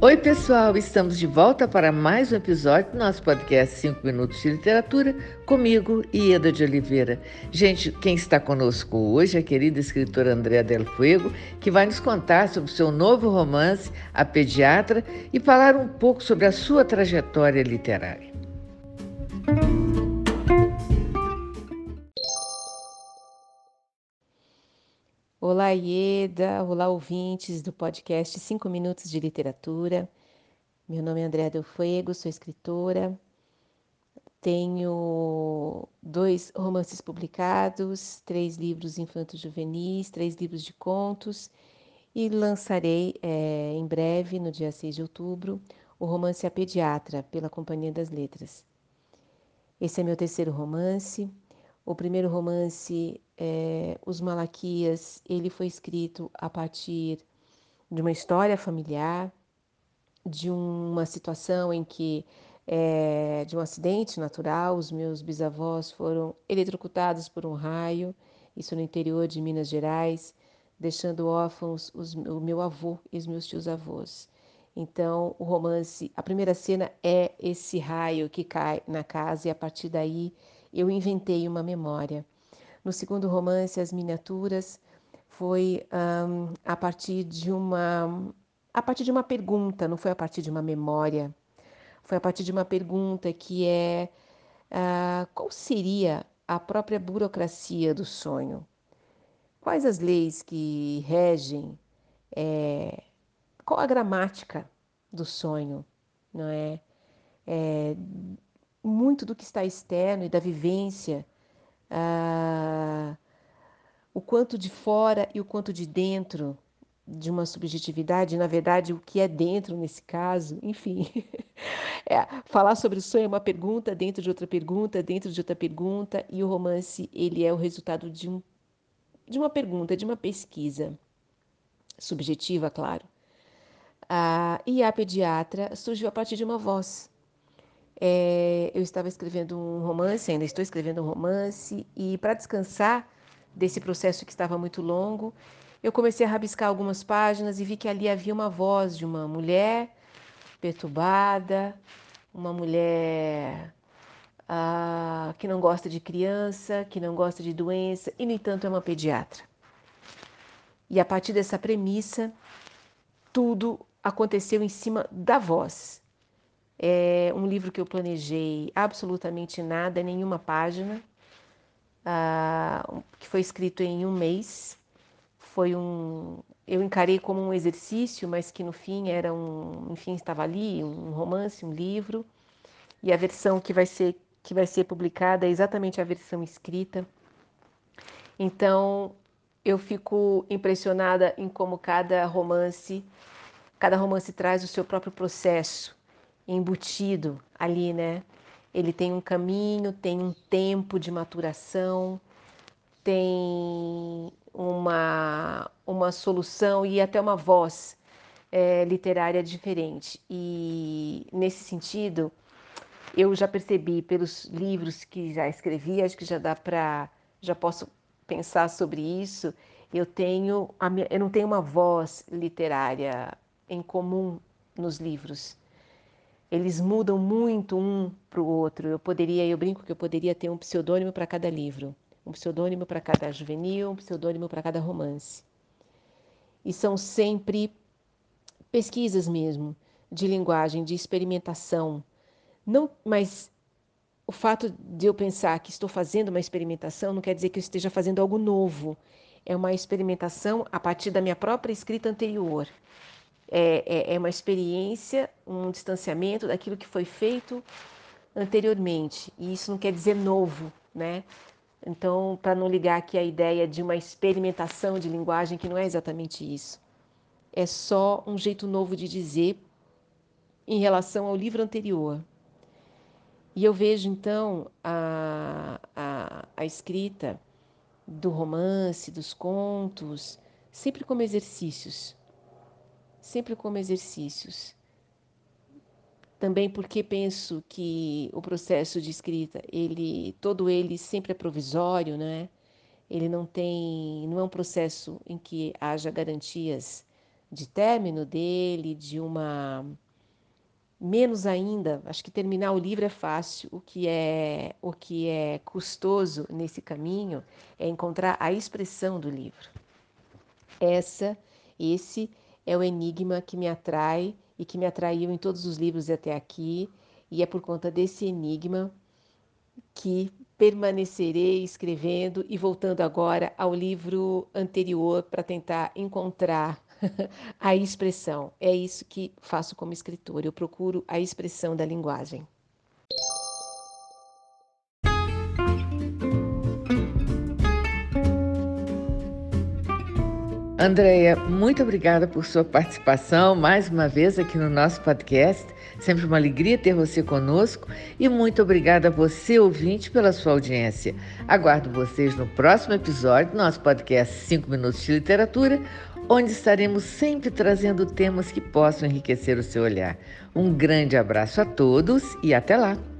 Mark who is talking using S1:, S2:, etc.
S1: Oi, pessoal, estamos de volta para mais um episódio do nosso podcast 5 Minutos de Literatura, comigo, Ieda de Oliveira. Gente, quem está conosco hoje é a querida escritora Andréa Del Fuego, que vai nos contar sobre o seu novo romance, A Pediatra, e falar um pouco sobre a sua trajetória literária.
S2: Olá, Ieda. Olá, ouvintes do podcast 5 Minutos de Literatura. Meu nome é Andréa Del Fuego, sou escritora. Tenho 2 romances publicados, 3 livros infanto-juvenis, 3 livros de contos e lançarei em breve, no dia 6 de outubro, o romance A Pediatra, pela Companhia das Letras. Esse é meu terceiro romance. O primeiro romance, Os Malaquias, ele foi escrito a partir de uma história familiar, de uma situação em que, de um acidente natural, os meus bisavós foram eletrocutados por um raio, isso no interior de Minas Gerais, deixando órfãos o meu avô e os meus tios-avós. Então, o romance, a primeira cena é esse raio que cai na casa e a partir daí eu inventei uma memória. No segundo romance, As Miniaturas, foi a partir de uma pergunta, não foi a partir de uma memória, foi a partir de uma pergunta que é qual seria a própria burocracia do sonho? Quais as leis que regem? Qual a gramática do sonho? Não é? Muito do que está externo e da vivência, ah, o quanto de fora e o quanto de dentro de uma subjetividade, na verdade, o que é dentro nesse caso, enfim. Falar sobre o sonho é uma pergunta dentro de outra pergunta, dentro de outra pergunta, e o romance, ele é o resultado de uma pergunta, de uma pesquisa subjetiva, claro. E a pediatra surgiu a partir de uma voz. Eu estava escrevendo um romance, ainda estou escrevendo um romance, e para descansar desse processo que estava muito longo, eu comecei a rabiscar algumas páginas e vi que ali havia uma voz de uma mulher perturbada, uma mulher que não gosta de criança, que não gosta de doença, e no entanto é uma pediatra. E a partir dessa premissa, tudo aconteceu em cima da voz. É um livro que eu planejei absolutamente nada, nenhuma página, que foi escrito em um mês. Eu encarei como um exercício, mas que no fim era enfim, estava ali, um romance, um livro, e a versão que vai ser publicada é exatamente a versão escrita. Então, eu fico impressionada em como cada romance traz o seu próprio processo embutido ali, né? Ele tem um caminho, tem um tempo de maturação, tem uma solução e até uma voz literária diferente. E nesse sentido, eu já percebi pelos livros que já escrevi, acho que já posso pensar sobre isso. Eu não tenho uma voz literária em comum nos livros. Eles mudam muito um para o outro. Eu brinco que eu poderia ter um pseudônimo para cada livro, um pseudônimo para cada juvenil, um pseudônimo para cada romance. E são sempre pesquisas mesmo, de linguagem, de experimentação. Não, mas o fato de eu pensar que estou fazendo uma experimentação não quer dizer que eu esteja fazendo algo novo. É uma experimentação a partir da minha própria escrita anterior. É uma experiência, um distanciamento daquilo que foi feito anteriormente. E isso não quer dizer novo, né? Então, para não ligar aqui a ideia de uma experimentação de linguagem, que não é exatamente isso. É só um jeito novo de dizer em relação ao livro anterior. E eu vejo, então, a escrita do romance, dos contos, sempre como exercícios. Sempre como exercícios. Também porque penso que o processo de escrita, todo ele sempre é provisório, né? Ele não é um processo em que haja garantias de término dele, de uma menos ainda, acho que terminar o livro é fácil, o que é custoso nesse caminho é encontrar a expressão do livro. Esse é o enigma que me atrai e que me atraiu em todos os livros até aqui, e é por conta desse enigma que permanecerei escrevendo e voltando agora ao livro anterior para tentar encontrar a expressão. É isso que faço como escritor, eu procuro a expressão da linguagem.
S1: Andréia, muito obrigada por sua participação mais uma vez aqui no nosso podcast. Sempre uma alegria ter você conosco e muito obrigada a você, ouvinte, pela sua audiência. Aguardo vocês no próximo episódio do nosso podcast 5 Minutos de Literatura, onde estaremos sempre trazendo temas que possam enriquecer o seu olhar. Um grande abraço a todos e até lá!